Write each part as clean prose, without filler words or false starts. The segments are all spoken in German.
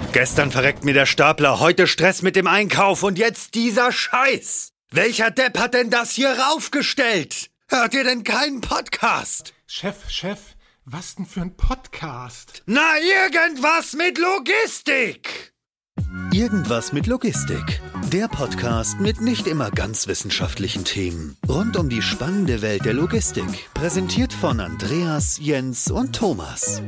Gestern verreckt mir der Stapler, heute Stress mit dem Einkauf und jetzt dieser Scheiß. Welcher Depp hat denn das hier raufgestellt? Hört ihr denn keinen Podcast? Chef, was denn für ein Podcast? Na, irgendwas mit Logistik! Irgendwas mit Logistik. Der Podcast mit nicht immer ganz wissenschaftlichen Themen. Rund um die spannende Welt der Logistik. Präsentiert von Andreas, Jens und Thomas.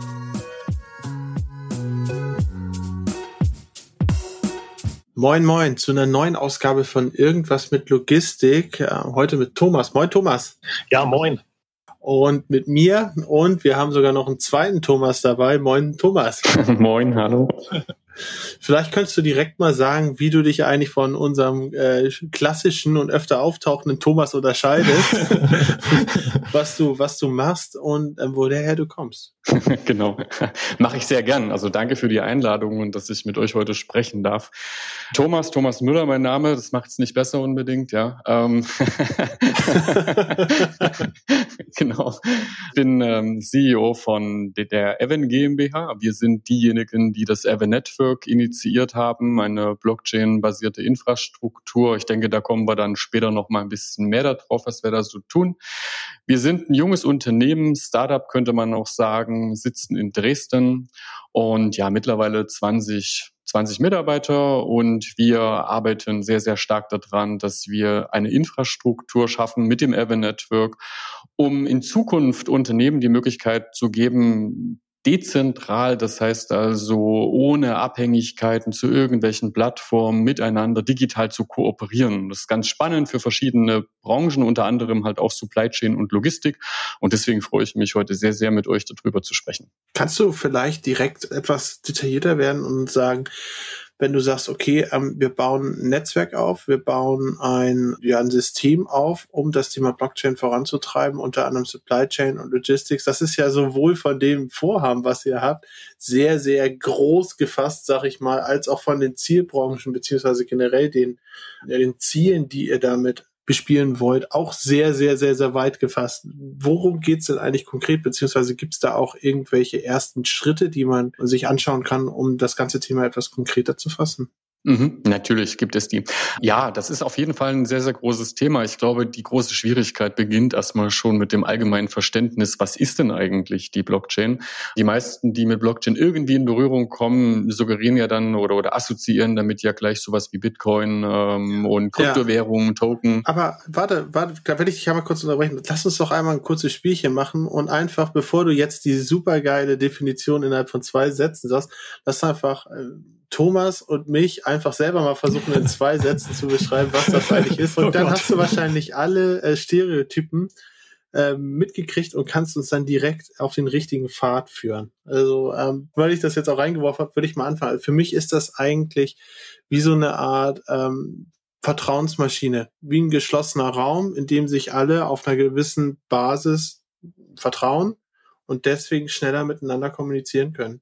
Moin zu einer neuen Ausgabe von Irgendwas mit Logistik. Heute mit Thomas. Moin Thomas. Ja, moin. Und mit mir. Und wir haben sogar noch einen zweiten Thomas dabei. Moin Thomas. Moin, hallo. Vielleicht könntest du direkt mal sagen, wie du dich eigentlich von unserem klassischen und öfter auftauchenden Thomas unterscheidest, was du machst und woher du kommst. Genau, mache ich sehr gern. Also danke für die Einladung und dass ich mit euch heute sprechen darf. Thomas Müller, mein Name, das macht es nicht besser unbedingt, ja. Genau, ich bin CEO von der Aven GmbH. Wir sind diejenigen, die das Aven Network initiiert haben, eine Blockchain-basierte Infrastruktur. Ich denke, da kommen wir dann später noch mal ein bisschen mehr darauf, was wir da so tun. Wir sind ein junges Unternehmen, Startup könnte man auch sagen, sitzen in Dresden und ja, mittlerweile 20 Mitarbeiter und wir arbeiten sehr, sehr stark daran, dass wir eine Infrastruktur schaffen mit dem Aven Network, um in Zukunft Unternehmen die Möglichkeit zu geben, dezentral, das heißt also ohne Abhängigkeiten zu irgendwelchen Plattformen miteinander digital zu kooperieren. Das ist ganz spannend für verschiedene Branchen, unter anderem halt auch Supply Chain und Logistik. Und deswegen freue ich mich heute sehr, sehr mit euch darüber zu sprechen. Kannst du vielleicht direkt etwas detaillierter werden und sagen, wenn du sagst, okay, wir bauen ein Netzwerk auf, wir bauen ein System auf, um das Thema Blockchain voranzutreiben, unter anderem Supply Chain und Logistics. Das ist ja sowohl von dem Vorhaben, was ihr habt, sehr, sehr groß gefasst, sag ich mal, als auch von den Zielbranchen, beziehungsweise generell den Zielen, die ihr damit bespielen wollt, auch sehr, sehr, sehr, sehr weit gefasst. Worum geht's denn eigentlich konkret, beziehungsweise gibt's da auch irgendwelche ersten Schritte, die man sich anschauen kann, um das ganze Thema etwas konkreter zu fassen? Natürlich gibt es die. Ja, das ist auf jeden Fall ein sehr, sehr großes Thema. Ich glaube, die große Schwierigkeit beginnt erstmal schon mit dem allgemeinen Verständnis, was ist denn eigentlich die Blockchain? Die meisten, die mit Blockchain irgendwie in Berührung kommen, suggerieren ja dann oder assoziieren damit ja gleich sowas wie Bitcoin und Kryptowährungen, Token. Aber warte, da will ich dich einmal kurz unterbrechen. Lass uns doch einmal ein kurzes Spielchen machen und einfach, bevor du jetzt die supergeile Definition innerhalb von 2 Sätzen sagst, lass einfach Thomas und mich einfach selber mal versuchen, in 2 Sätzen zu beschreiben, was das eigentlich ist. Und dann hast du wahrscheinlich alle Stereotypen mitgekriegt und kannst uns dann direkt auf den richtigen Pfad führen. Also, weil ich das jetzt auch reingeworfen habe, würde ich mal anfangen. Für mich ist das eigentlich wie so eine Art Vertrauensmaschine, wie ein geschlossener Raum, in dem sich alle auf einer gewissen Basis vertrauen und deswegen schneller miteinander kommunizieren können.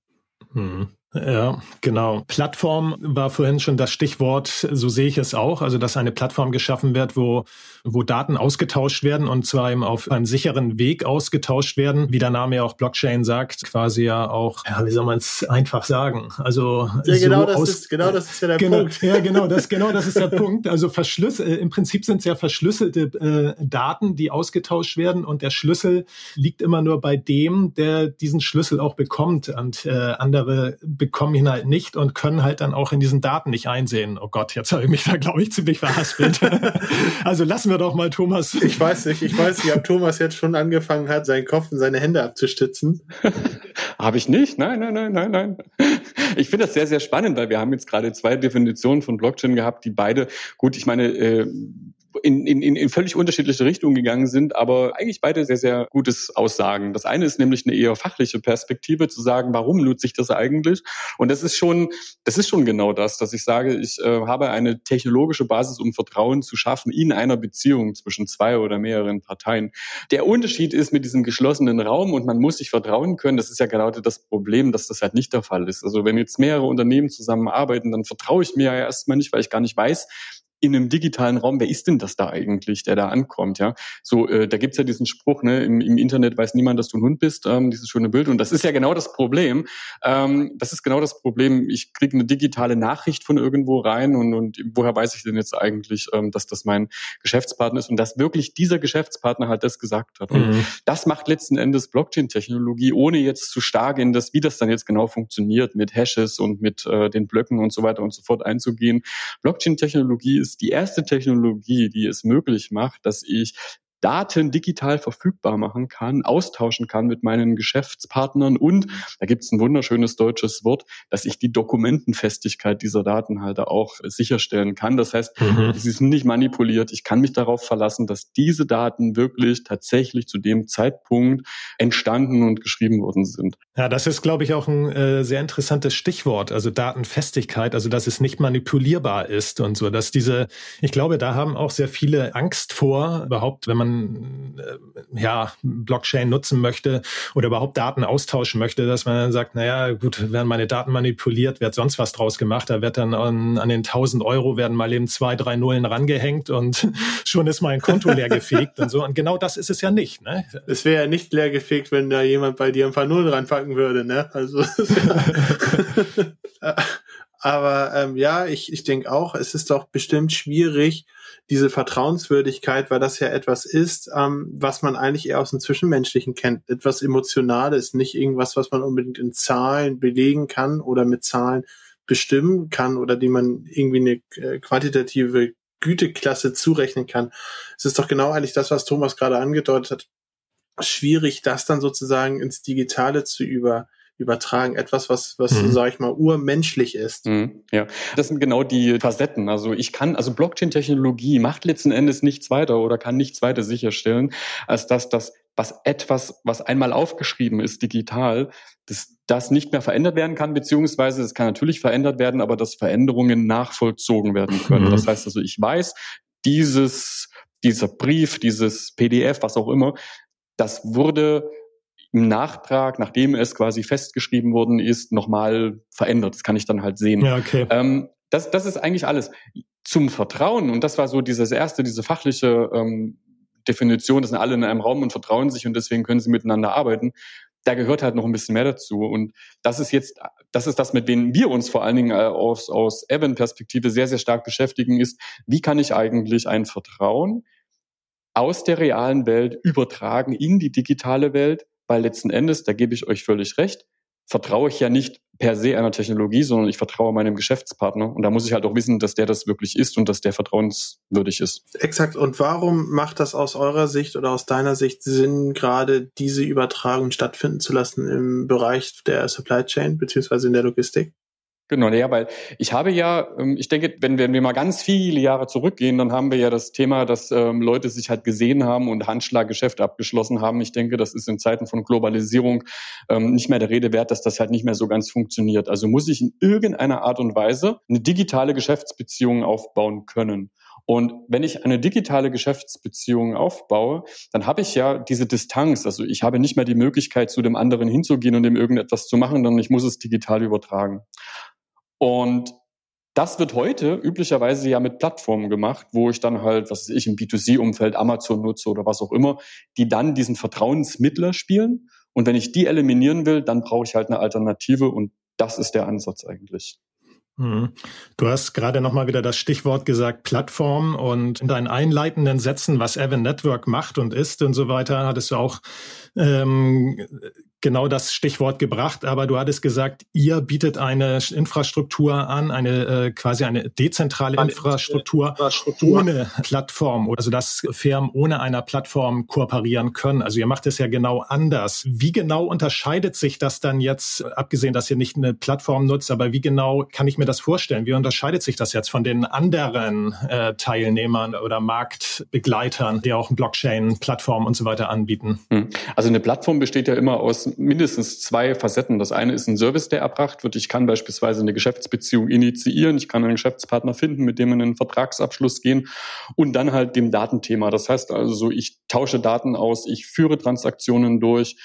Ja, genau. Plattform war vorhin schon das Stichwort, so sehe ich es auch. Also, dass eine Plattform geschaffen wird, wo Daten ausgetauscht werden und zwar eben auf einem sicheren Weg ausgetauscht werden. Wie der Name ja auch Blockchain sagt, quasi ja auch, wie soll man es einfach sagen? Also, ja, das ist ja der Punkt. Ja, das ist der Punkt. Also, im Prinzip sind es ja verschlüsselte Daten, die ausgetauscht werden und der Schlüssel liegt immer nur bei dem, der diesen Schlüssel auch bekommt und andere bekommen ihn halt nicht und können halt dann auch in diesen Daten nicht einsehen. Oh Gott, jetzt habe ich mich da, glaube ich, ziemlich verhaspelt. Also lassen wir doch mal Thomas. Ich weiß nicht, ob Thomas jetzt schon angefangen hat, seinen Kopf und seine Hände abzustützen. Habe ich nicht? Nein. Ich finde das sehr, sehr spannend, weil wir haben jetzt gerade 2 Definitionen von Blockchain gehabt, die beide, gut, ich meine, in völlig unterschiedliche Richtungen gegangen sind, aber eigentlich beide sehr, sehr gutes Aussagen. Das eine ist nämlich eine eher fachliche Perspektive, zu sagen, warum nutze ich das eigentlich? Und das ist schon genau das, dass ich sage, ich habe eine technologische Basis, um Vertrauen zu schaffen in einer Beziehung zwischen 2 oder mehreren Parteien. Der Unterschied ist mit diesem geschlossenen Raum und man muss sich vertrauen können. Das ist ja genau das Problem, dass das halt nicht der Fall ist. Also wenn jetzt mehrere Unternehmen zusammenarbeiten, dann vertraue ich mir ja erstmal nicht, weil ich gar nicht weiß, in einem digitalen Raum, wer ist denn das da eigentlich, der da ankommt, ja? So, da gibt's ja diesen Spruch, ne, im Internet weiß niemand, dass du ein Hund bist, dieses schöne Bild. Und das ist ja genau das Problem. Ich kriege eine digitale Nachricht von irgendwo rein und woher weiß ich denn jetzt eigentlich, dass das mein Geschäftspartner ist und dass wirklich dieser Geschäftspartner halt das gesagt hat. Und das macht letzten Endes Blockchain-Technologie, ohne jetzt zu stark in das, wie das dann jetzt genau funktioniert, mit Hashes und mit den Blöcken und so weiter und so fort einzugehen. Blockchain-Technologie ist die erste Technologie, die es möglich macht, dass ich Daten digital verfügbar machen kann, austauschen kann mit meinen Geschäftspartnern und, da gibt es ein wunderschönes deutsches Wort, dass ich die Dokumentenfestigkeit dieser Daten halt auch sicherstellen kann. Das heißt, sie sind nicht manipuliert. Ich kann mich darauf verlassen, dass diese Daten wirklich tatsächlich zu dem Zeitpunkt entstanden und geschrieben worden sind. Ja, das ist, glaube ich, auch ein sehr interessantes Stichwort, also Datenfestigkeit, also dass es nicht manipulierbar ist und so, dass ich glaube, da haben auch sehr viele Angst vor, überhaupt, wenn man Blockchain nutzen möchte oder überhaupt Daten austauschen möchte, dass man dann sagt, naja, gut, werden meine Daten manipuliert, wird sonst was draus gemacht, da wird dann an den 1.000 € werden mal eben 2, 3 Nullen rangehängt und schon ist mein Konto leer gefegt und so. Und genau das ist es ja nicht, ne? Es wäre ja nicht leer gefegt, wenn da jemand bei dir ein paar Nullen ranpacken würde, ne? Also, aber ich denke auch, es ist doch bestimmt schwierig, diese Vertrauenswürdigkeit, weil das ja etwas ist, was man eigentlich eher aus dem Zwischenmenschlichen kennt. Etwas Emotionales, nicht irgendwas, was man unbedingt in Zahlen belegen kann oder mit Zahlen bestimmen kann oder die man irgendwie eine quantitative Güteklasse zurechnen kann. Es ist doch genau eigentlich das, was Thomas gerade angedeutet hat. Schwierig, das dann sozusagen ins Digitale zu übertragen. Etwas, was sage ich mal, urmenschlich ist. Ja, das sind genau die Facetten. Also Blockchain-Technologie macht letzten Endes nichts weiter oder kann nichts weiter sicherstellen, als dass was einmal aufgeschrieben ist, digital, das nicht mehr verändert werden kann, beziehungsweise es kann natürlich verändert werden, aber dass Veränderungen nachvollzogen werden können. Das heißt also, ich weiß, dieser Brief, dieses PDF, was auch immer, das wurde im Nachtrag, nachdem es quasi festgeschrieben worden ist, nochmal verändert. Das kann ich dann halt sehen. Ja, okay. Das ist eigentlich alles. Zum Vertrauen, und das war so diese fachliche Definition, das sind alle in einem Raum und vertrauen sich und deswegen können sie miteinander arbeiten. Da gehört halt noch ein bisschen mehr dazu. Und das ist das, mit dem wir uns vor allen Dingen aus Evan-Perspektive sehr, sehr stark beschäftigen, ist, wie kann ich eigentlich ein Vertrauen aus der realen Welt übertragen in die digitale Welt? Weil letzten Endes, da gebe ich euch völlig recht, vertraue ich ja nicht per se einer Technologie, sondern ich vertraue meinem Geschäftspartner. Und da muss ich halt auch wissen, dass der das wirklich ist und dass der vertrauenswürdig ist. Exakt. Und warum macht das aus eurer Sicht oder aus deiner Sicht Sinn, gerade diese Übertragung stattfinden zu lassen im Bereich der Supply Chain beziehungsweise in der Logistik? Genau, ja, weil ich denke, wenn wir mal ganz viele Jahre zurückgehen, dann haben wir ja das Thema, dass Leute sich halt gesehen haben und Handschlaggeschäfte abgeschlossen haben. Ich denke, das ist in Zeiten von Globalisierung nicht mehr der Rede wert, dass das halt nicht mehr so ganz funktioniert. Also muss ich in irgendeiner Art und Weise eine digitale Geschäftsbeziehung aufbauen können. Und wenn ich eine digitale Geschäftsbeziehung aufbaue, dann habe ich ja diese Distanz. Also ich habe nicht mehr die Möglichkeit, zu dem anderen hinzugehen und ihm irgendetwas zu machen, sondern ich muss es digital übertragen. Und das wird heute üblicherweise ja mit Plattformen gemacht, wo ich dann halt, im B2C-Umfeld Amazon nutze oder was auch immer, die dann diesen Vertrauensmittler spielen. Und wenn ich die eliminieren will, dann brauche ich halt eine Alternative und das ist der Ansatz eigentlich. Du hast gerade nochmal wieder das Stichwort gesagt, Plattform, und in deinen einleitenden Sätzen, was Evan Network macht und ist und so weiter, hattest du auch genau das Stichwort gebracht, aber du hattest gesagt, ihr bietet eine Infrastruktur an, quasi eine dezentrale Infrastruktur ohne Plattform, also dass Firmen ohne einer Plattform kooperieren können. Also ihr macht es ja genau anders. Wie genau unterscheidet sich das dann jetzt, abgesehen, dass ihr nicht eine Plattform nutzt, aber wie genau kann ich mir das vorstellen? Wie unterscheidet sich das jetzt von den anderen Teilnehmern oder Marktbegleitern, die auch Blockchain, Plattformen und so weiter anbieten? Also eine Plattform besteht ja immer aus mindestens zwei Facetten. Das eine ist ein Service, der erbracht wird. Ich kann beispielsweise eine Geschäftsbeziehung initiieren. Ich kann einen Geschäftspartner finden, mit dem wir in einen Vertragsabschluss gehen und dann halt dem Datenthema. Das heißt also, ich tausche Daten aus, ich führe Transaktionen durch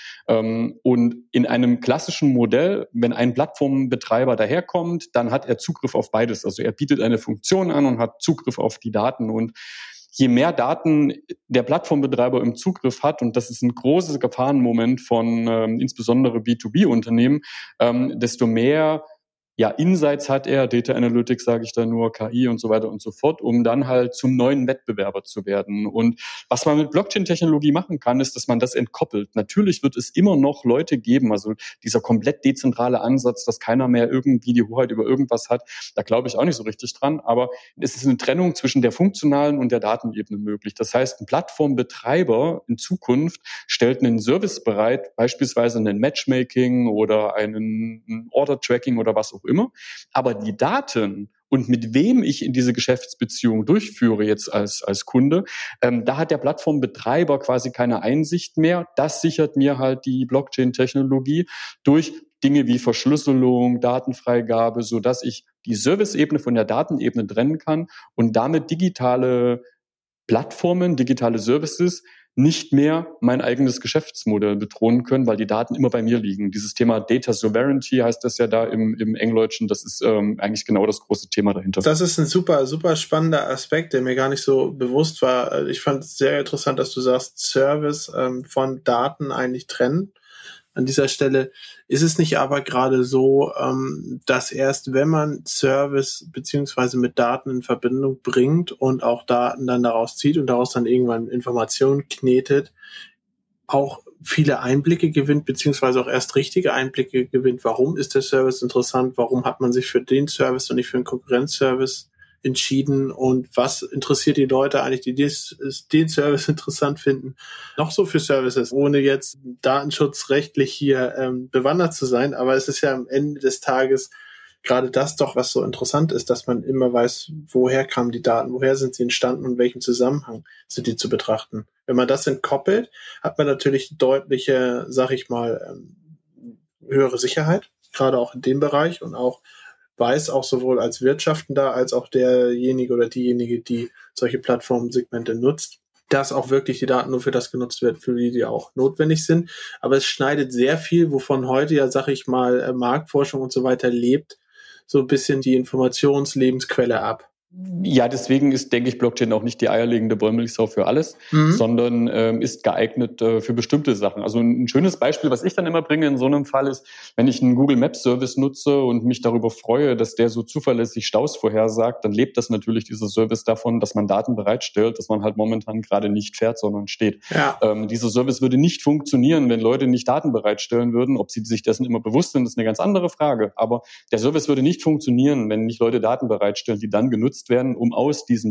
und in einem klassischen Modell, wenn ein Plattformbetreiber daherkommt, dann hat er Zugriff auf beides. Also er bietet eine Funktion an und hat Zugriff auf die Daten und je mehr Daten der Plattformbetreiber im Zugriff hat, und das ist ein großes Gefahrenmoment von insbesondere B2B-Unternehmen, desto mehr Insights hat er, Data Analytics sage ich da nur, KI und so weiter und so fort, um dann halt zum neuen Wettbewerber zu werden. Und was man mit Blockchain-Technologie machen kann, ist, dass man das entkoppelt. Natürlich wird es immer noch Leute geben, also dieser komplett dezentrale Ansatz, dass keiner mehr irgendwie die Hoheit über irgendwas hat, da glaube ich auch nicht so richtig dran, aber es ist eine Trennung zwischen der funktionalen und der Datenebene möglich. Das heißt, ein Plattformbetreiber in Zukunft stellt einen Service bereit, beispielsweise einen Matchmaking oder einen Order-Tracking oder was auch immer, aber die Daten und mit wem ich in diese Geschäftsbeziehung durchführe jetzt als Kunde, da hat der Plattformbetreiber quasi keine Einsicht mehr. Das sichert mir halt die Blockchain-Technologie durch Dinge wie Verschlüsselung, Datenfreigabe, so dass ich die Service-Ebene von der Datenebene trennen kann und damit digitale Plattformen, digitale Services nicht mehr mein eigenes Geschäftsmodell bedrohen können, weil die Daten immer bei mir liegen. Dieses Thema Data Sovereignty heißt das ja da im Englischen, das ist eigentlich genau das große Thema dahinter. Das ist ein super, super spannender Aspekt, der mir gar nicht so bewusst war. Ich fand es sehr interessant, dass du sagst, Service von Daten eigentlich trennen. An dieser Stelle ist es nicht aber gerade so, dass erst wenn man Service beziehungsweise mit Daten in Verbindung bringt und auch Daten dann daraus zieht und daraus dann irgendwann Informationen knetet, auch viele Einblicke gewinnt, beziehungsweise auch erst richtige Einblicke gewinnt. Warum ist der Service interessant? Warum hat man sich für den Service und nicht für einen Konkurrenzservice entschieden und was interessiert die Leute eigentlich, die den Service interessant finden, noch so für Services, ohne jetzt datenschutzrechtlich hier bewandert zu sein, aber es ist ja am Ende des Tages gerade das doch, was so interessant ist, dass man immer weiß, woher kamen die Daten, woher sind sie entstanden und in welchem Zusammenhang sind die zu betrachten. Wenn man das entkoppelt, hat man natürlich deutliche, sag ich mal, höhere Sicherheit, gerade auch in dem Bereich und auch weiß auch sowohl als Wirtschaftender als auch derjenige oder diejenige, die solche Plattformsegmente nutzt, dass auch wirklich die Daten nur für das genutzt wird, für die auch notwendig sind. Aber es schneidet sehr viel, wovon heute ja, sag ich mal, Marktforschung und so weiter lebt, so ein bisschen die Informationslebensquelle ab. Ja, deswegen ist, denke ich, Blockchain auch nicht die eierlegende Wollmilchsau für alles, sondern ist geeignet für bestimmte Sachen. Also ein schönes Beispiel, was ich dann immer bringe in so einem Fall ist, wenn ich einen Google Maps Service nutze und mich darüber freue, dass der so zuverlässig Staus vorhersagt, dann lebt das natürlich, dieser Service, davon, dass man Daten bereitstellt, dass man halt momentan gerade nicht fährt, sondern steht. Ja. Dieser Service würde nicht funktionieren, wenn Leute nicht Daten bereitstellen würden. Ob sie sich dessen immer bewusst sind, ist eine ganz andere Frage. Aber der Service würde nicht funktionieren, wenn nicht Leute Daten bereitstellen, die dann genutzt werden, um aus diesen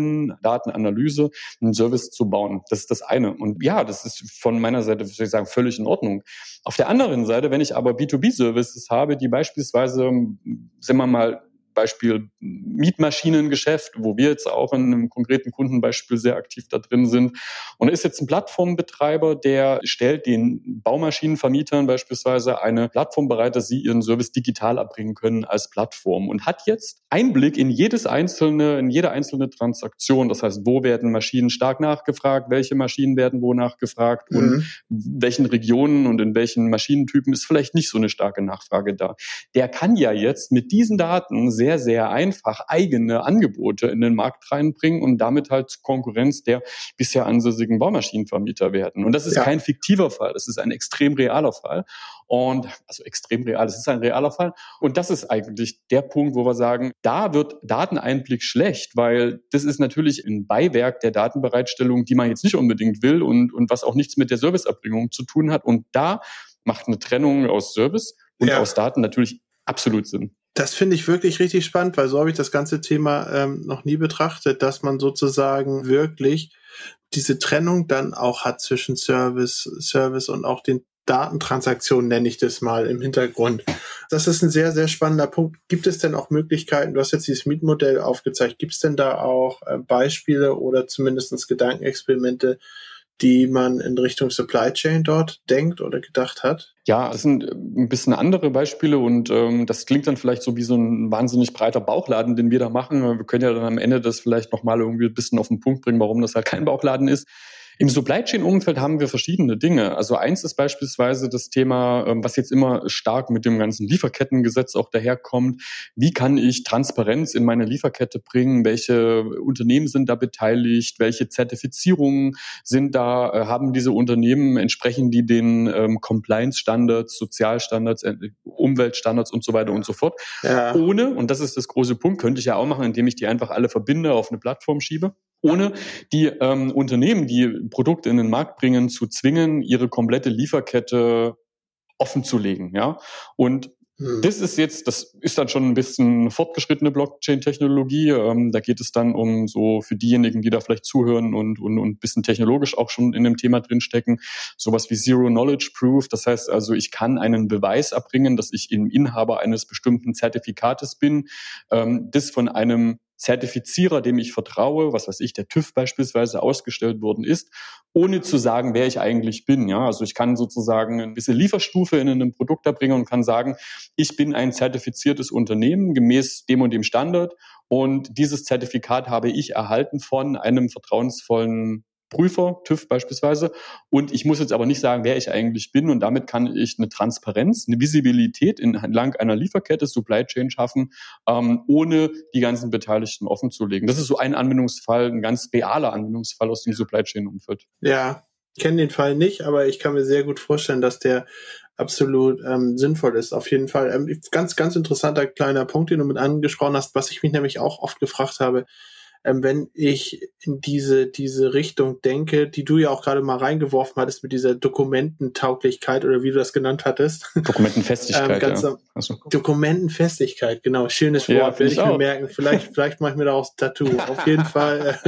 Datenanalyse einen Service zu bauen. Das ist das eine. Und ja, das ist von meiner Seite, würde ich sagen, völlig in Ordnung. Auf der anderen Seite, wenn ich aber B2B-Services habe, die beispielsweise, sagen wir mal, Beispiel Mietmaschinengeschäft, wo wir jetzt auch in einem konkreten Kundenbeispiel sehr aktiv da drin sind. Und da ist jetzt ein Plattformbetreiber, der stellt den Baumaschinenvermietern beispielsweise eine Plattform bereit, dass sie ihren Service digital erbringen können als Plattform und hat jetzt Einblick in jede einzelne Transaktion. Das heißt, wo werden Maschinen stark nachgefragt, welche Maschinen werden wo nachgefragt und in welchen Regionen und in welchen Maschinentypen ist vielleicht nicht so eine starke Nachfrage da. Der kann ja jetzt mit diesen Daten sehr, sehr einfach eigene Angebote in den Markt reinbringen und damit halt zur Konkurrenz der bisher ansässigen Baumaschinenvermieter werden. Und das ist kein fiktiver Fall, das ist ein extrem realer Fall. Und also extrem real, es ist ein realer Fall. Und das ist eigentlich der Punkt, wo wir sagen, da wird Dateneinblick schlecht, weil das ist natürlich ein Beiwerk der Datenbereitstellung, die man jetzt nicht unbedingt will und was auch nichts mit der Serviceerbringung zu tun hat. Und da macht eine Trennung aus Service und aus Daten natürlich absolut Sinn. Das finde ich wirklich richtig spannend, weil so habe ich das ganze Thema noch nie betrachtet, dass man sozusagen wirklich diese Trennung dann auch hat zwischen Service und auch den Datentransaktionen, nenne ich das mal, im Hintergrund. Das ist ein sehr, sehr spannender Punkt. Gibt es denn auch Möglichkeiten, du hast jetzt dieses Mietmodell aufgezeigt, gibt es denn da auch Beispiele oder zumindest Gedankenexperimente, die man in Richtung Supply Chain dort denkt oder gedacht hat? Ja, das sind ein bisschen andere Beispiele und das klingt dann vielleicht so wie so ein wahnsinnig breiter Bauchladen, den wir da machen. Wir können ja dann am Ende das vielleicht nochmal irgendwie ein bisschen auf den Punkt bringen, warum das halt kein Bauchladen ist. Im Supply Chain Umfeld haben wir verschiedene Dinge. Also eins ist beispielsweise das Thema, was jetzt immer stark mit dem ganzen Lieferkettengesetz auch daherkommt. Wie kann ich Transparenz in meine Lieferkette bringen? Welche Unternehmen sind da beteiligt? Welche Zertifizierungen sind da? Haben diese Unternehmen, entsprechen die den Compliance-Standards, Sozialstandards, Umweltstandards und so weiter und so fort? Ja. Ohne, und das ist das große Punkt, könnte ich ja auch machen, indem ich die einfach alle verbinde, auf eine Plattform schiebe. Ohne die Unternehmen, die Produkte in den Markt bringen, zu zwingen, ihre komplette Lieferkette offen zu legen. Ja? Und das ist dann schon ein bisschen fortgeschrittene Blockchain-Technologie. Da geht es dann um so für diejenigen, die da vielleicht zuhören und ein bisschen technologisch auch schon in dem Thema drinstecken, sowas wie Zero-Knowledge-Proof. Das heißt also, ich kann einen Beweis erbringen, dass ich Inhaber eines bestimmten Zertifikates bin, das von einem Zertifizierer, dem ich vertraue, was weiß ich, der TÜV beispielsweise ausgestellt worden ist, ohne zu sagen, wer ich eigentlich bin. Ja, also ich kann sozusagen ein bisschen Lieferstufe in einem Produkt erbringen und kann sagen, ich bin ein zertifiziertes Unternehmen gemäß dem und dem Standard und dieses Zertifikat habe ich erhalten von einem vertrauensvollen Prüfer, TÜV beispielsweise, und ich muss jetzt aber nicht sagen, wer ich eigentlich bin, und damit kann ich eine Transparenz, eine Visibilität entlang einer Lieferkette, Supply Chain schaffen, ohne die ganzen Beteiligten offenzulegen. Das ist so ein Anwendungsfall, ein ganz realer Anwendungsfall aus dem Supply Chain Umfeld. Ja, ich kenne den Fall nicht, aber ich kann mir sehr gut vorstellen, dass der absolut sinnvoll ist. Auf jeden Fall. Ganz, ganz interessanter kleiner Punkt, den du mit angesprochen hast, was ich mich nämlich auch oft gefragt habe, wenn ich in diese Richtung denke, die du ja auch gerade mal reingeworfen hattest mit dieser Dokumententauglichkeit oder wie du das genannt hattest. Dokumentenfestigkeit, Dokumentenfestigkeit, genau. Schönes Wort, ja, werde ich mir merken. Vielleicht mache ich mir daraus ein Tattoo. Auf jeden Fall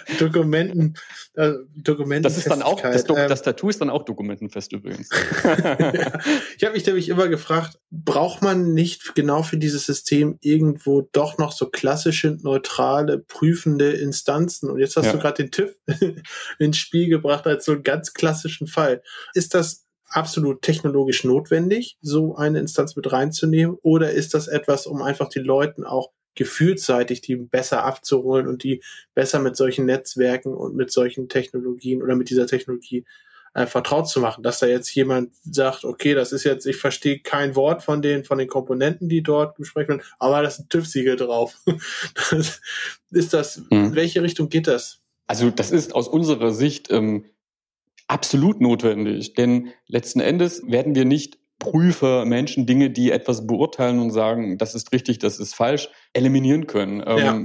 Dokumentenfestigkeit. Das ist dann auch, das Tattoo ist dann auch dokumentenfest übrigens. Ja. Ich habe mich nämlich immer gefragt, braucht man nicht genau für dieses System irgendwo doch noch so klassische, neutrale, prüfende Instanzen? Und jetzt hast du gerade den TÜV ins Spiel gebracht als so einen ganz klassischen Fall. Ist das absolut technologisch notwendig, so eine Instanz mit reinzunehmen? Oder ist das etwas, um einfach den Leuten auch gefühlsseitig die besser abzuholen und die besser mit solchen Netzwerken und mit solchen Technologien oder mit dieser Technologie vertraut zu machen, dass da jetzt jemand sagt, okay, das ist jetzt, ich verstehe kein Wort von den Komponenten, die dort besprochen werden, aber da ist ein TÜV-Siegel drauf. In welche Richtung geht das? Also das ist aus unserer Sicht absolut notwendig, denn letzten Endes werden wir nicht Prüfer, Menschen, Dinge, die etwas beurteilen und sagen, das ist richtig, das ist falsch, eliminieren können.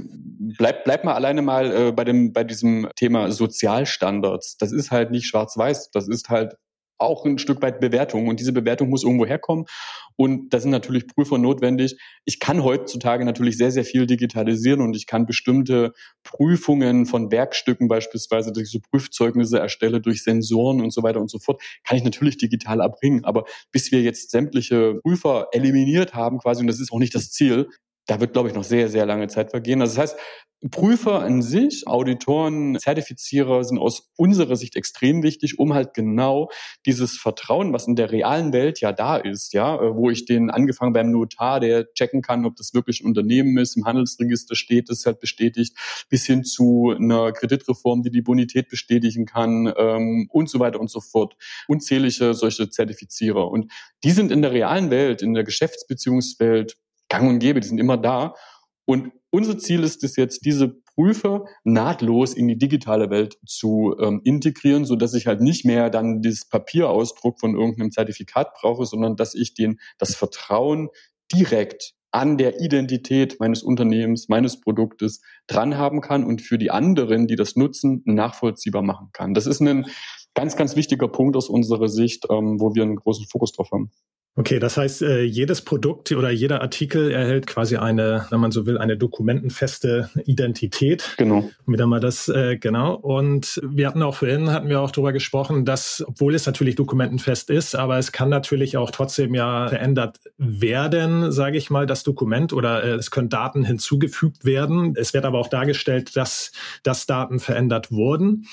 Bleib mal alleine mal bei diesem Thema Sozialstandards. Das ist halt nicht schwarz-weiß, das ist halt auch ein Stück weit Bewertung, und diese Bewertung muss irgendwo herkommen, und da sind natürlich Prüfer notwendig. Ich kann heutzutage natürlich sehr, sehr viel digitalisieren, und ich kann bestimmte Prüfungen von Werkstücken beispielsweise, dass ich so Prüfzeugnisse erstelle durch Sensoren und so weiter und so fort, kann ich natürlich digital erbringen, aber bis wir jetzt sämtliche Prüfer eliminiert haben quasi, und das ist auch nicht das Ziel, da wird, glaube ich, noch sehr, sehr lange Zeit vergehen. Also das heißt, Prüfer an sich, Auditoren, Zertifizierer sind aus unserer Sicht extrem wichtig, um halt genau dieses Vertrauen, was in der realen Welt ja da ist, ja, wo ich den angefangen beim Notar, der checken kann, ob das wirklich ein Unternehmen ist, im Handelsregister steht, das halt bestätigt, bis hin zu einer Kreditreform, die die Bonität bestätigen kann, und so weiter und so fort. Unzählige solche Zertifizierer. Und die sind in der realen Welt, in der Geschäftsbeziehungswelt gang und gäbe, die sind immer da. Und unser Ziel ist es jetzt, diese Prüfer nahtlos in die digitale Welt zu integrieren, so dass ich halt nicht mehr dann das Papierausdruck von irgendeinem Zertifikat brauche, sondern dass ich das Vertrauen direkt an der Identität meines Unternehmens, meines Produktes dran haben kann und für die anderen, die das nutzen, nachvollziehbar machen kann. Das ist ein ganz, ganz wichtiger Punkt aus unserer Sicht, wo wir einen großen Fokus drauf haben. Okay, das heißt, jedes Produkt oder jeder Artikel erhält quasi eine, wenn man so will, eine dokumentenfeste Identität. Genau. Wieder mal das, genau. Und wir hatten auch darüber gesprochen, dass, obwohl es natürlich dokumentenfest ist, aber es kann natürlich auch trotzdem ja verändert werden, sage ich mal, das Dokument, oder es können Daten hinzugefügt werden. Es wird aber auch dargestellt, dass Daten verändert wurden.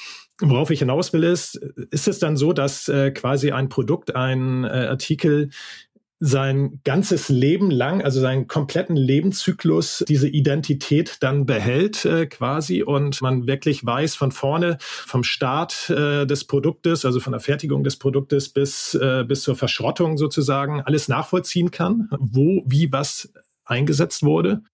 Worauf ich hinaus will ist es dann so, dass quasi ein Produkt, ein Artikel sein ganzes Leben lang, also seinen kompletten Lebenszyklus, diese Identität dann behält quasi und man wirklich weiß von vorne, vom Start des Produktes, also von der Fertigung des Produktes bis zur Verschrottung sozusagen, alles nachvollziehen kann, wo, wie, was eingesetzt wurde?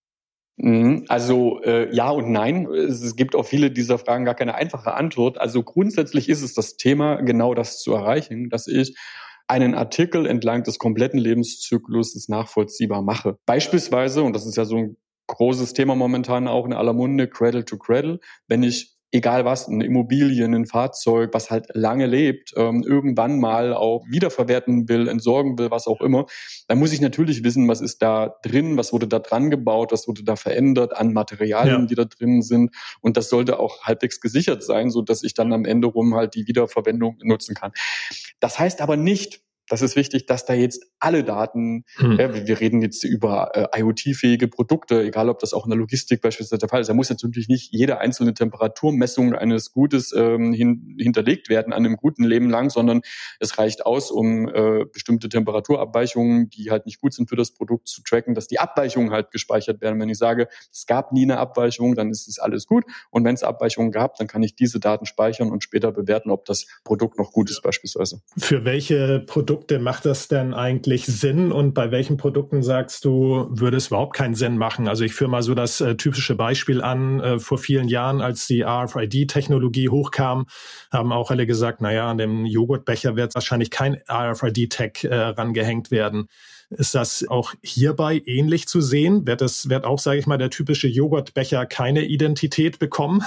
Also ja und nein. Es gibt auf viele dieser Fragen gar keine einfache Antwort. Also grundsätzlich ist es das Thema, genau das zu erreichen, dass ich einen Artikel entlang des kompletten Lebenszyklus nachvollziehbar mache. Beispielsweise, und das ist ja so ein großes Thema momentan auch in aller Munde, Cradle to Cradle, wenn ich egal was, eine Immobilie, ein Fahrzeug, was halt lange lebt, irgendwann mal auch wiederverwerten will, entsorgen will, was auch immer, dann muss ich natürlich wissen, was ist da drin, was wurde da dran gebaut, was wurde da verändert an Materialien, die da drin sind. Und das sollte auch halbwegs gesichert sein, so dass ich dann am Ende rum halt die Wiederverwendung nutzen kann. Das heißt aber nicht, das ist wichtig, dass da jetzt alle Daten, wir reden jetzt über IoT-fähige Produkte, egal ob das auch in der Logistik beispielsweise der Fall ist, da muss natürlich nicht jede einzelne Temperaturmessung eines Gutes hinterlegt werden an einem guten Leben lang, sondern es reicht aus, um bestimmte Temperaturabweichungen, die halt nicht gut sind für das Produkt, zu tracken, dass die Abweichungen halt gespeichert werden. Wenn ich sage, es gab nie eine Abweichung, dann ist es alles gut. Und wenn es Abweichungen gab, dann kann ich diese Daten speichern und später bewerten, ob das Produkt noch gut ist beispielsweise. Für welche Produkte macht das denn eigentlich Sinn und bei welchen Produkten sagst du, würde es überhaupt keinen Sinn machen? Also ich führe mal so das typische Beispiel an, vor vielen Jahren, als die RFID-Technologie hochkam, haben auch alle gesagt, naja, an dem Joghurtbecher wird wahrscheinlich kein RFID-Tag rangehängt werden. Ist das auch hierbei ähnlich zu sehen? Wird auch, sage ich mal, der typische Joghurtbecher keine Identität bekommen?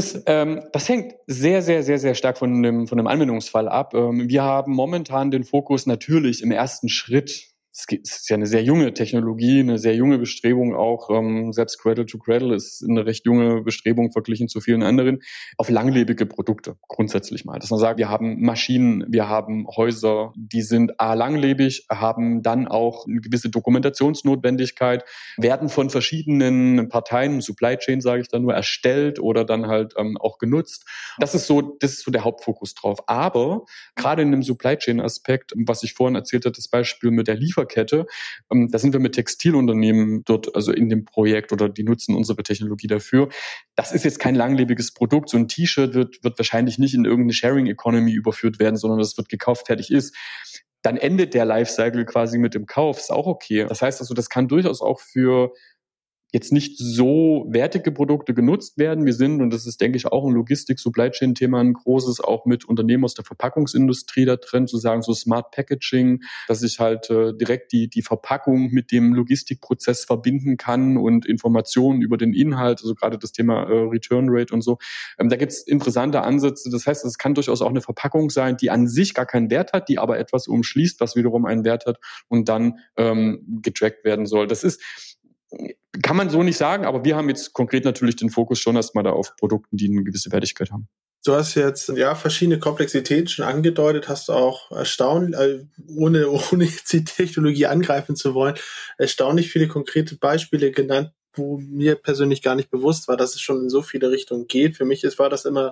Das hängt sehr, sehr, sehr, sehr stark von dem Anwendungsfall ab. Wir haben momentan den Fokus natürlich im ersten Schritt. Es ist ja eine sehr junge Technologie, eine sehr junge Bestrebung auch. Selbst Cradle to Cradle ist eine recht junge Bestrebung verglichen zu vielen anderen, auf langlebige Produkte grundsätzlich mal. Dass man sagt, wir haben Maschinen, wir haben Häuser, die sind langlebig, haben dann auch eine gewisse Dokumentationsnotwendigkeit, werden von verschiedenen Parteien, Supply Chain sage ich da nur, erstellt oder dann halt auch genutzt. Das ist so der Hauptfokus drauf. Aber gerade in dem Supply Chain Aspekt, was ich vorhin erzählt habe, das Beispiel mit der Lieferkette, da sind wir mit Textilunternehmen dort, also in dem Projekt, oder die nutzen unsere Technologie dafür. Das ist jetzt kein langlebiges Produkt. So ein T-Shirt wird wahrscheinlich nicht in irgendeine Sharing Economy überführt werden, sondern das wird gekauft, fertig ist. Dann endet der Lifecycle quasi mit dem Kauf, ist auch okay. Das heißt also, das kann durchaus auch für jetzt nicht so wertige Produkte genutzt werden. Wir sind, und das ist, denke ich, auch ein Logistik-Supply-Chain-Thema, ein großes, auch mit Unternehmen aus der Verpackungsindustrie da drin, zu sagen, so Smart Packaging, dass ich halt direkt die Verpackung mit dem Logistikprozess verbinden kann und Informationen über den Inhalt, also gerade das Thema Return Rate und so. Da gibt es interessante Ansätze. Das heißt, es kann durchaus auch eine Verpackung sein, die an sich gar keinen Wert hat, die aber etwas umschließt, was wiederum einen Wert hat und dann getrackt werden soll. Das kann man so nicht sagen, aber wir haben jetzt konkret natürlich den Fokus schon erstmal da auf Produkten, die eine gewisse Wertigkeit haben. Du hast jetzt verschiedene Komplexitäten schon angedeutet, hast auch erstaunlich, ohne jetzt die Technologie angreifen zu wollen, erstaunlich viele konkrete Beispiele genannt, wo mir persönlich gar nicht bewusst war, dass es schon in so viele Richtungen geht. Für mich ist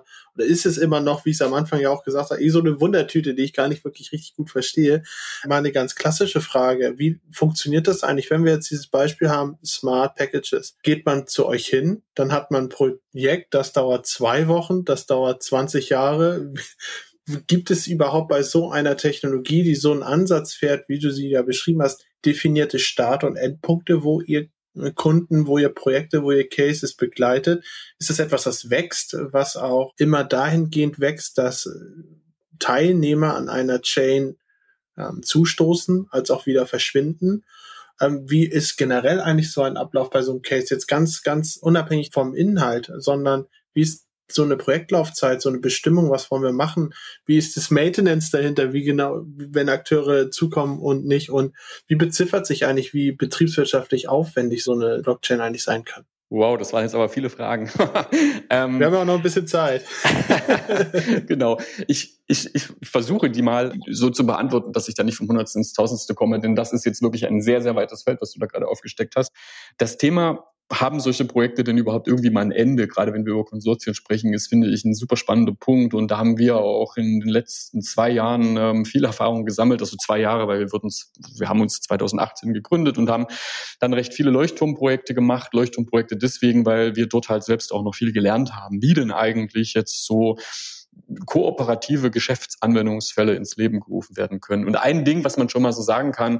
es immer noch, wie ich es am Anfang ja auch gesagt habe, so eine Wundertüte, die ich gar nicht wirklich richtig gut verstehe. Mal eine ganz klassische Frage: Wie funktioniert das eigentlich, wenn wir jetzt dieses Beispiel haben, Smart Packages? Geht man zu euch hin, dann hat man ein Projekt, das dauert 2 Wochen, das dauert 20 Jahre. Gibt es überhaupt bei so einer Technologie, die so einen Ansatz fährt, wie du sie ja beschrieben hast, definierte Start- und Endpunkte, wo ihr Kunden, wo ihr Projekte, wo ihr Cases begleitet? Ist das etwas, das wächst, was auch immer dahingehend wächst, dass Teilnehmer an einer Chain zustoßen, als auch wieder verschwinden? Wie ist generell eigentlich so ein Ablauf bei so einem Case? Jetzt ganz, ganz unabhängig vom Inhalt, sondern wie ist so eine Projektlaufzeit, so eine Bestimmung, was wollen wir machen? Wie ist das Maintenance dahinter? Wie genau, wenn Akteure zukommen und nicht? Und wie beziffert sich eigentlich, wie betriebswirtschaftlich aufwendig so eine Blockchain eigentlich sein kann? Wow, das waren jetzt aber viele Fragen. Wir haben ja auch noch ein bisschen Zeit. Genau. Ich versuche die mal so zu beantworten, dass ich da nicht vom Hundertsten ins Tausendste komme, denn das ist jetzt wirklich ein sehr, sehr weites Feld, was du da gerade aufgesteckt hast. Das Thema haben solche Projekte denn überhaupt irgendwie mal ein Ende? Gerade wenn wir über Konsortien sprechen, ist, finde ich, ein super spannender Punkt. Und da haben wir auch in den letzten 2 Jahren viel Erfahrung gesammelt. Also 2 Jahre, weil wir haben uns 2018 gegründet und haben dann recht viele Leuchtturmprojekte gemacht. Leuchtturmprojekte deswegen, weil wir dort halt selbst auch noch viel gelernt haben, wie denn eigentlich jetzt so kooperative Geschäftsanwendungsfälle ins Leben gerufen werden können. Und ein Ding, was man schon mal so sagen kann,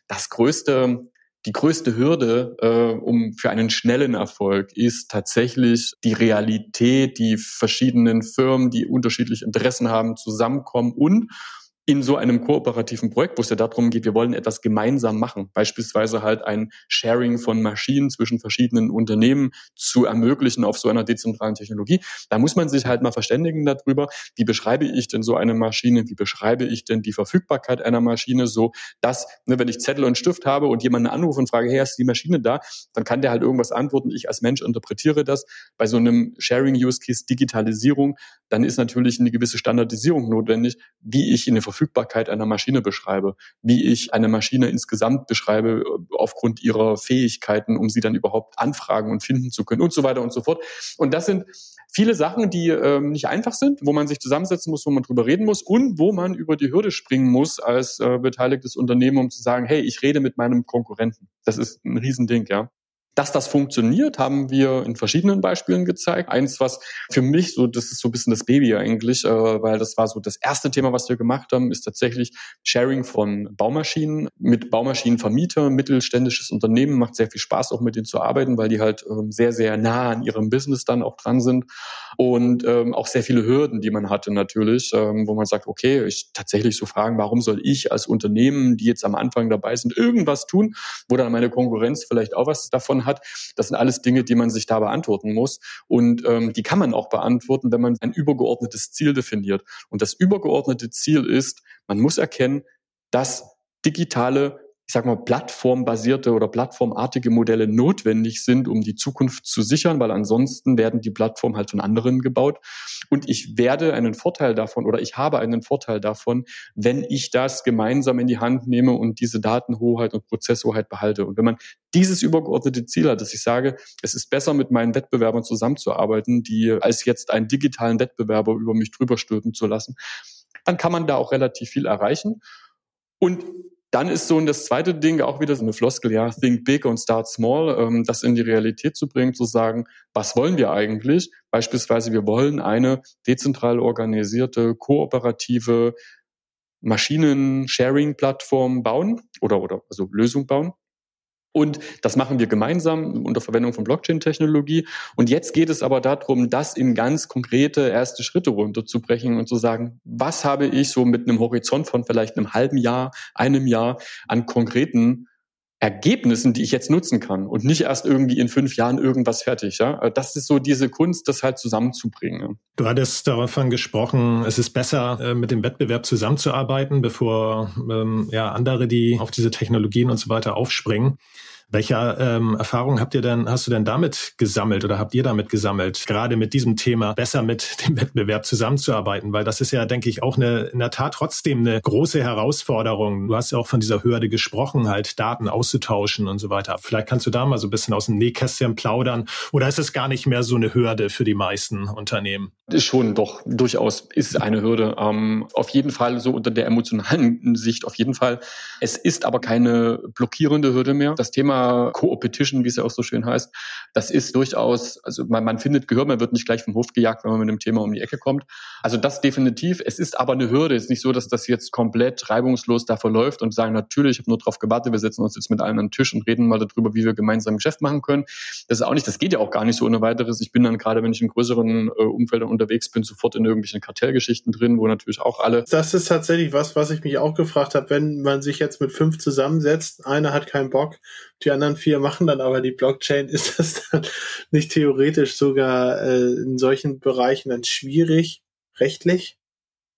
die größte Hürde für einen schnellen Erfolg ist tatsächlich die Realität, die verschiedenen Firmen, die unterschiedliche Interessen haben, zusammenkommen und in so einem kooperativen Projekt, wo es ja darum geht, wir wollen etwas gemeinsam machen, beispielsweise halt ein Sharing von Maschinen zwischen verschiedenen Unternehmen zu ermöglichen auf so einer dezentralen Technologie. Da muss man sich halt mal verständigen darüber, wie beschreibe ich denn so eine Maschine, wie beschreibe ich denn die Verfügbarkeit einer Maschine, so dass, wenn ich Zettel und Stift habe und jemanden anrufe und frage, hey, ist die Maschine da, dann kann der halt irgendwas antworten, ich als Mensch interpretiere das. Bei so einem Sharing-Use-Case Digitalisierung, dann ist natürlich eine gewisse Standardisierung notwendig, wie ich eine Verfügbarkeit einer Maschine beschreibe, wie ich eine Maschine insgesamt beschreibe aufgrund ihrer Fähigkeiten, um sie dann überhaupt anfragen und finden zu können und so weiter und so fort. Und das sind viele Sachen, die nicht einfach sind, wo man sich zusammensetzen muss, wo man drüber reden muss und wo man über die Hürde springen muss als beteiligtes Unternehmen, um zu sagen, hey, ich rede mit meinem Konkurrenten. Das ist ein Riesending, ja. Dass das funktioniert, haben wir in verschiedenen Beispielen gezeigt. Eins, was für mich das ist so ein bisschen das Baby eigentlich, weil das war so das erste Thema, was wir gemacht haben, ist tatsächlich Sharing von Baumaschinen mit Baumaschinenvermieter, mittelständisches Unternehmen, macht sehr viel Spaß, auch mit denen zu arbeiten, weil die halt sehr, sehr nah an ihrem Business dann auch dran sind und auch sehr viele Hürden, die man hatte natürlich, wo man sagt, okay, ich tatsächlich so fragen, warum soll ich als Unternehmen, die jetzt am Anfang dabei sind, irgendwas tun, wo dann meine Konkurrenz vielleicht auch was davon hat. Das sind alles Dinge, die man sich da beantworten muss. Und die kann man auch beantworten, wenn man ein übergeordnetes Ziel definiert. Und das übergeordnete Ziel ist, man muss erkennen, dass digitale, ich sag mal, plattformbasierte oder plattformartige Modelle notwendig sind, um die Zukunft zu sichern, weil ansonsten werden die Plattformen halt von anderen gebaut. Und ich werde einen Vorteil davon oder ich habe einen Vorteil davon, wenn ich das gemeinsam in die Hand nehme und diese Datenhoheit und Prozesshoheit behalte. Und wenn man dieses übergeordnete Ziel hat, dass ich sage, es ist besser, mit meinen Wettbewerbern zusammenzuarbeiten, als jetzt einen digitalen Wettbewerber über mich drüber stülpen zu lassen, dann kann man da auch relativ viel erreichen. Und dann ist so das zweite Ding auch wieder so eine Floskel, ja, think big und start small, das in die Realität zu bringen, zu sagen, was wollen wir eigentlich? Beispielsweise, wir wollen eine dezentral organisierte, kooperative Maschinen-Sharing-Plattform bauen oder also Lösung bauen. Und das machen wir gemeinsam unter Verwendung von Blockchain-Technologie. Und jetzt geht es aber darum, das in ganz konkrete erste Schritte runterzubrechen und zu sagen, was habe ich so mit einem Horizont von vielleicht einem halben Jahr, einem Jahr an konkreten Ergebnissen, die ich jetzt nutzen kann und nicht erst irgendwie in 5 Jahren irgendwas fertig. Ja? Das ist so diese Kunst, das halt zusammenzubringen. Ja. Du hattest davon gesprochen, es ist besser, mit dem Wettbewerb zusammenzuarbeiten, bevor andere, die auf diese Technologien und so weiter aufspringen. Welche Erfahrungen hast du denn damit gesammelt oder habt ihr damit gesammelt, gerade mit diesem Thema besser mit dem Wettbewerb zusammenzuarbeiten? Weil das ist ja, denke ich, auch in der Tat trotzdem eine große Herausforderung. Du hast ja auch von dieser Hürde gesprochen, halt Daten auszutauschen und so weiter. Vielleicht kannst du da mal so ein bisschen aus dem Nähkästchen plaudern. Oder ist es gar nicht mehr so eine Hürde für die meisten Unternehmen? Ist schon, doch, durchaus ist eine Hürde. Auf jeden Fall so unter der emotionalen Sicht, auf jeden Fall. Es ist aber keine blockierende Hürde mehr. Das Thema Co-Opetition, wie es ja auch so schön heißt, das ist durchaus, also man findet Gehör, man wird nicht gleich vom Hof gejagt, wenn man mit dem Thema um die Ecke kommt. Also das definitiv. Es ist aber eine Hürde. Es ist nicht so, dass das jetzt komplett reibungslos da verläuft und sagen, natürlich, ich habe nur drauf gewartet, wir setzen uns jetzt mit allen an den Tisch und reden mal darüber, wie wir gemeinsam Geschäft machen können. Das ist auch nicht, das geht ja auch gar nicht so ohne weiteres. Ich bin dann gerade, wenn ich in größeren Umfeldern unterwegs bin, sofort in irgendwelchen Kartellgeschichten drin, wo natürlich auch alle... Das ist tatsächlich was ich mich auch gefragt habe, wenn man sich jetzt mit 5 zusammensetzt, einer hat keinen Bock, die anderen 4 machen dann aber die Blockchain, ist das dann nicht theoretisch sogar in solchen Bereichen dann schwierig, rechtlich?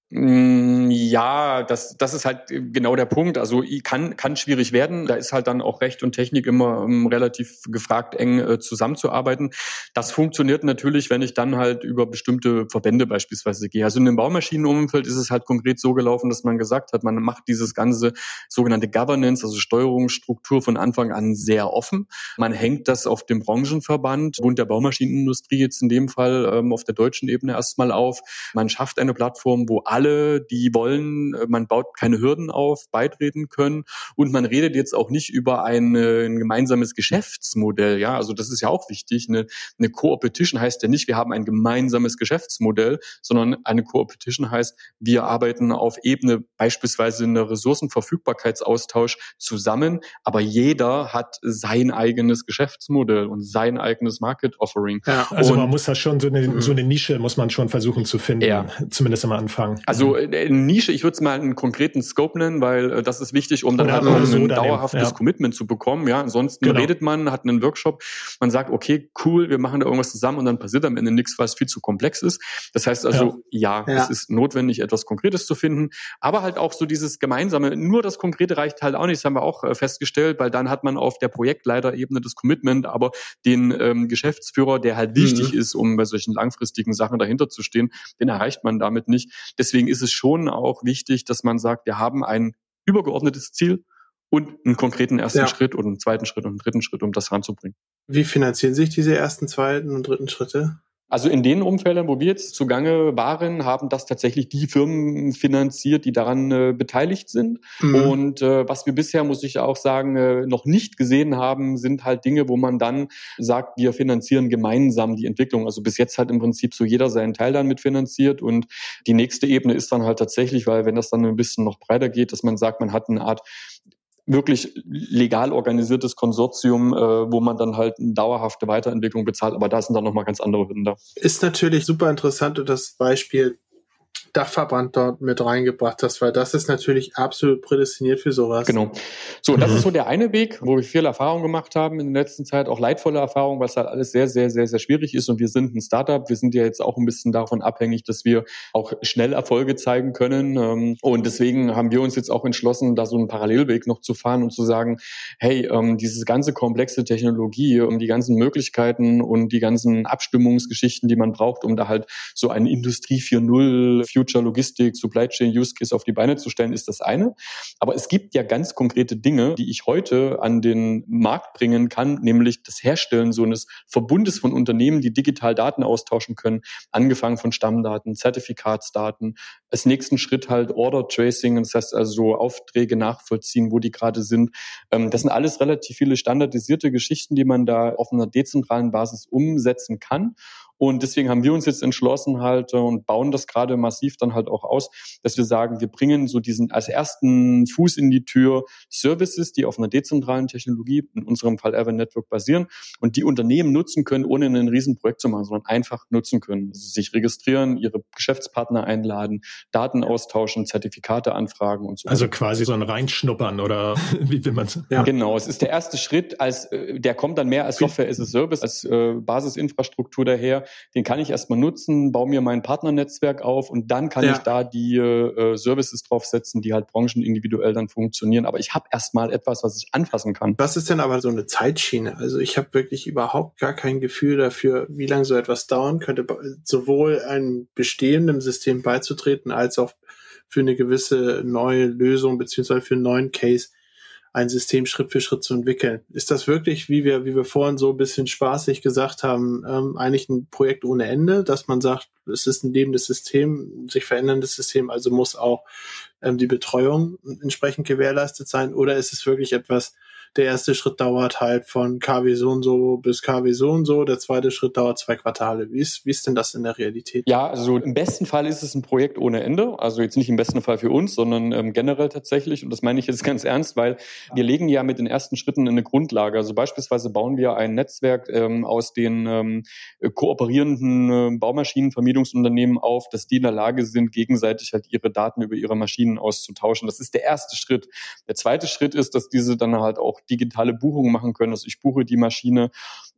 Ja, das ist halt genau der Punkt. Also kann schwierig werden. Da ist halt dann auch Recht und Technik immer relativ gefragt, eng zusammenzuarbeiten. Das funktioniert natürlich, wenn ich dann halt über bestimmte Verbände beispielsweise gehe. Also in dem Baumaschinenumfeld ist es halt konkret so gelaufen, dass man gesagt hat, man macht dieses ganze sogenannte Governance, also Steuerungsstruktur von Anfang an sehr offen. Man hängt das auf dem Branchenverband, Bund der Baumaschinenindustrie jetzt in dem Fall auf der deutschen Ebene erstmal auf. Man schafft eine Plattform, wo alle, die wollen, man baut keine Hürden auf, beitreten können und man redet jetzt auch nicht über ein gemeinsames Geschäftsmodell. Ja, also das ist ja auch wichtig. Eine Co-Opetition heißt ja nicht, wir haben ein gemeinsames Geschäftsmodell, sondern eine Co-Opetition heißt, wir arbeiten auf Ebene beispielsweise in der Ressourcenverfügbarkeitsaustausch zusammen, aber jeder hat sein eigenes Geschäftsmodell und sein eigenes Market Offering. Ja, also man muss da schon so eine Nische muss man schon versuchen zu finden, zumindest am Anfang. Also Nische, ich würde es mal einen konkreten Scope nennen, weil das ist wichtig, um dann halt auch ein dauerhaftes Commitment zu bekommen. Ja, ansonsten redet man, hat einen Workshop, man sagt, okay, cool, wir machen da irgendwas zusammen und dann passiert am Ende nichts, weil es viel zu komplex ist. Das heißt also, es ist notwendig, etwas Konkretes zu finden, aber halt auch so dieses Gemeinsame. Nur das Konkrete reicht halt auch nicht, das haben wir auch festgestellt, weil dann hat man auf der Projektleiterebene das Commitment, aber den Geschäftsführer, der halt wichtig ist, um bei solchen langfristigen Sachen dahinter zu stehen, den erreicht man damit nicht. Deswegen ist es schon auch wichtig, dass man sagt, wir haben ein übergeordnetes Ziel und einen konkreten ersten Schritt und einen zweiten Schritt und einen dritten Schritt, um das ranzubringen. Wie finanzieren sich diese ersten, zweiten und dritten Schritte? Also in den Umfeldern, wo wir jetzt zugange waren, haben das tatsächlich die Firmen finanziert, die daran beteiligt sind. Und was wir bisher, muss ich auch sagen, noch nicht gesehen haben, sind halt Dinge, wo man dann sagt, wir finanzieren gemeinsam die Entwicklung. Also bis jetzt hat im Prinzip so jeder seinen Teil dann mitfinanziert. Und die nächste Ebene ist dann halt tatsächlich, weil wenn das dann ein bisschen noch breiter geht, dass man sagt, man hat eine Art wirklich legal organisiertes Konsortium, wo man dann halt eine dauerhafte Weiterentwicklung bezahlt, aber da sind dann nochmal ganz andere Hürden da. Ist natürlich super interessant und das Beispiel Dachverband dort mit reingebracht hast, weil das ist natürlich absolut prädestiniert für sowas. Genau. So, das ist so der eine Weg, wo wir viel Erfahrung gemacht haben in der letzten Zeit, auch leidvolle Erfahrung, weil es halt alles sehr, sehr, sehr, sehr schwierig ist und wir sind ein Startup, wir sind ja jetzt auch ein bisschen davon abhängig, dass wir auch schnell Erfolge zeigen können und deswegen haben wir uns jetzt auch entschlossen, da so einen Parallelweg noch zu fahren und zu sagen, hey, diese ganze komplexe Technologie, die ganzen Möglichkeiten und die ganzen Abstimmungsgeschichten, die man braucht, um da halt so eine Industrie 4.0 Future Logistik, Supply Chain Use Case auf die Beine zu stellen, ist das eine. Aber es gibt ja ganz konkrete Dinge, die ich heute an den Markt bringen kann, nämlich das Herstellen so eines Verbundes von Unternehmen, die digital Daten austauschen können, angefangen von Stammdaten, Zertifikatsdaten, als nächsten Schritt halt Order Tracing, das heißt also Aufträge nachvollziehen, wo die gerade sind. Das sind alles relativ viele standardisierte Geschichten, die man da auf einer dezentralen Basis umsetzen kann. Und deswegen haben wir uns jetzt entschlossen halt und bauen das gerade massiv dann halt auch aus, dass wir sagen, wir bringen so diesen als ersten Fuß in die Tür Services, die auf einer dezentralen Technologie, in unserem Fall Avan Network, basieren und die Unternehmen nutzen können, ohne ein Riesenprojekt zu machen, sondern einfach nutzen können. Also sich registrieren, ihre Geschäftspartner einladen, Daten austauschen, Zertifikate anfragen und so. Also quasi so ein Reinschnuppern oder wie will man es? Ja. Genau, es ist der erste Schritt, der kommt dann mehr als Software as a Service, als Basisinfrastruktur daher. Den kann ich erstmal nutzen, baue mir mein Partnernetzwerk auf und dann kann ich da die Services draufsetzen, die halt branchenindividuell dann funktionieren. Aber ich habe erstmal etwas, was ich anfassen kann. Was ist denn aber so eine Zeitschiene? Also ich habe wirklich überhaupt gar kein Gefühl dafür, wie lange so etwas dauern könnte, sowohl einem bestehenden System beizutreten, als auch für eine gewisse neue Lösung beziehungsweise für einen neuen Case ein System Schritt für Schritt zu entwickeln. Ist das wirklich, wie wir vorhin so ein bisschen spaßig gesagt haben, eigentlich ein Projekt ohne Ende, dass man sagt, es ist ein lebendes System, sich veränderndes System, also muss auch die Betreuung entsprechend gewährleistet sein? Oder ist es wirklich etwas, der erste Schritt dauert halt von KW so und so bis KW so und so, der zweite Schritt dauert 2 Quartale. Wie ist denn das in der Realität? Ja, also im besten Fall ist es ein Projekt ohne Ende, also jetzt nicht im besten Fall für uns, sondern generell tatsächlich und das meine ich jetzt ganz ernst, weil wir legen ja mit den ersten Schritten eine Grundlage, also beispielsweise bauen wir ein Netzwerk aus den kooperierenden Baumaschinenvermietungsunternehmen auf, dass die in der Lage sind, gegenseitig halt ihre Daten über ihre Maschinen auszutauschen. Das ist der erste Schritt. Der zweite Schritt ist, dass diese dann halt auch digitale Buchungen machen können. Also ich buche die Maschine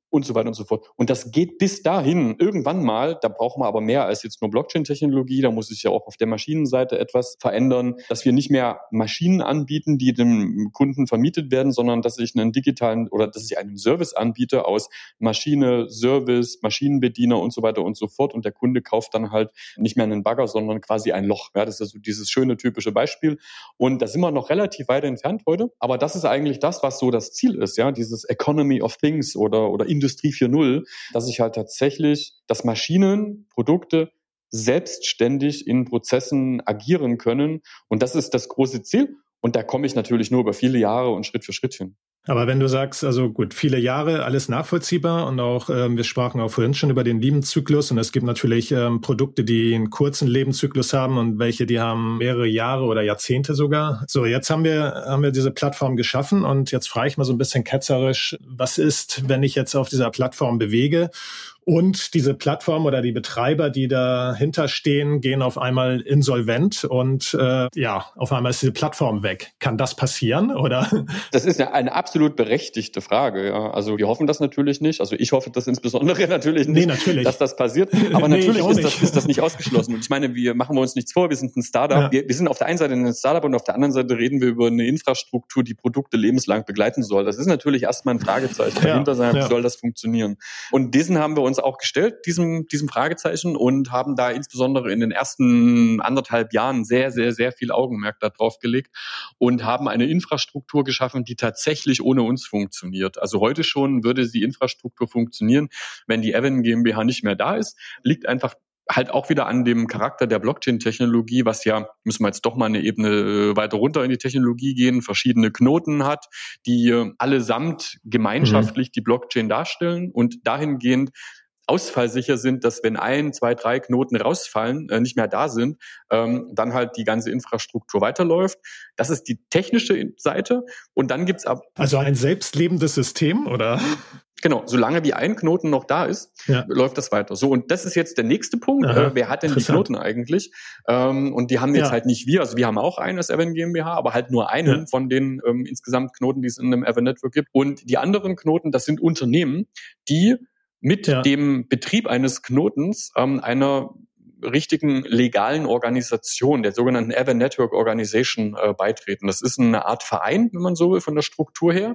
und so weiter und so fort. Und das geht bis dahin irgendwann mal, da brauchen wir aber mehr als jetzt nur Blockchain-Technologie, da muss sich ja auch auf der Maschinenseite etwas verändern, dass wir nicht mehr Maschinen anbieten, die dem Kunden vermietet werden, sondern dass ich einen digitalen oder dass ich einen Service anbiete aus Maschine, Service, Maschinenbediener und so weiter und so fort und der Kunde kauft dann halt nicht mehr einen Bagger, sondern quasi ein Loch. Ja, das ist so dieses schöne typische Beispiel und da sind wir noch relativ weit entfernt heute, aber das ist eigentlich das, was so das Ziel ist, ja, dieses Economy of Things oder Industrie 4.0, dass ich halt tatsächlich, dass Maschinen, Produkte selbstständig in Prozessen agieren können. Und das ist das große Ziel. Und da komme ich natürlich nur über viele Jahre und Schritt für Schritt hin. Aber wenn du sagst, also gut, viele Jahre, alles nachvollziehbar und auch, wir sprachen auch vorhin schon über den Lebenszyklus und es gibt natürlich Produkte, die einen kurzen Lebenszyklus haben und welche, die haben mehrere Jahre oder Jahrzehnte sogar. So, jetzt haben wir diese Plattform geschaffen und jetzt frage ich mal so ein bisschen ketzerisch, was ist, wenn ich jetzt auf dieser Plattform bewege und diese Plattform oder die Betreiber, die dahinter stehen, gehen auf einmal insolvent und auf einmal ist diese Plattform weg. Kann das passieren, oder? Das ist ja eine absolut berechtigte Frage. Ja. Also wir hoffen das natürlich nicht. Also ich hoffe das insbesondere natürlich nicht, dass das passiert. Aber natürlich ist das nicht ausgeschlossen. Und ich meine, wir machen uns nichts vor. Wir sind ein Startup. Ja. Wir sind auf der einen Seite ein Startup und auf der anderen Seite reden wir über eine Infrastruktur, die Produkte lebenslang begleiten soll. Das ist natürlich erstmal ein Fragezeichen dahinter sein. Wie soll das funktionieren? Und diesen haben wir uns auch gestellt, diesem Fragezeichen, und haben da insbesondere in den ersten 1,5 Jahren sehr, sehr, sehr viel Augenmerk darauf gelegt und haben eine Infrastruktur geschaffen, die tatsächlich ohne uns funktioniert. Also heute schon würde die Infrastruktur funktionieren, wenn die Evan GmbH nicht mehr da ist. Liegt einfach halt auch wieder an dem Charakter der Blockchain-Technologie, was ja, müssen wir jetzt doch mal eine Ebene weiter runter in die Technologie gehen, verschiedene Knoten hat, die allesamt gemeinschaftlich die Blockchain darstellen und dahingehend ausfallsicher sind, dass wenn 1, 2, 3 Knoten rausfallen, nicht mehr da sind, dann halt die ganze Infrastruktur weiterläuft. Das ist die technische Seite. Und dann gibt's also ein selbstlebendes System, oder? Genau, solange wie ein Knoten noch da ist, läuft das weiter. So, und das ist jetzt der nächste Punkt. Wer hat denn die Knoten eigentlich? Und die haben jetzt halt nicht wir, also wir haben auch einen als Evan GmbH, aber halt nur einen von den insgesamt Knoten, die es in einem Evan Network gibt. Und die anderen Knoten, das sind Unternehmen, die mit dem Betrieb eines Knotens einer richtigen legalen Organisation, der sogenannten Evan Network Organization, beitreten. Das ist eine Art Verein, wenn man so will, von der Struktur her.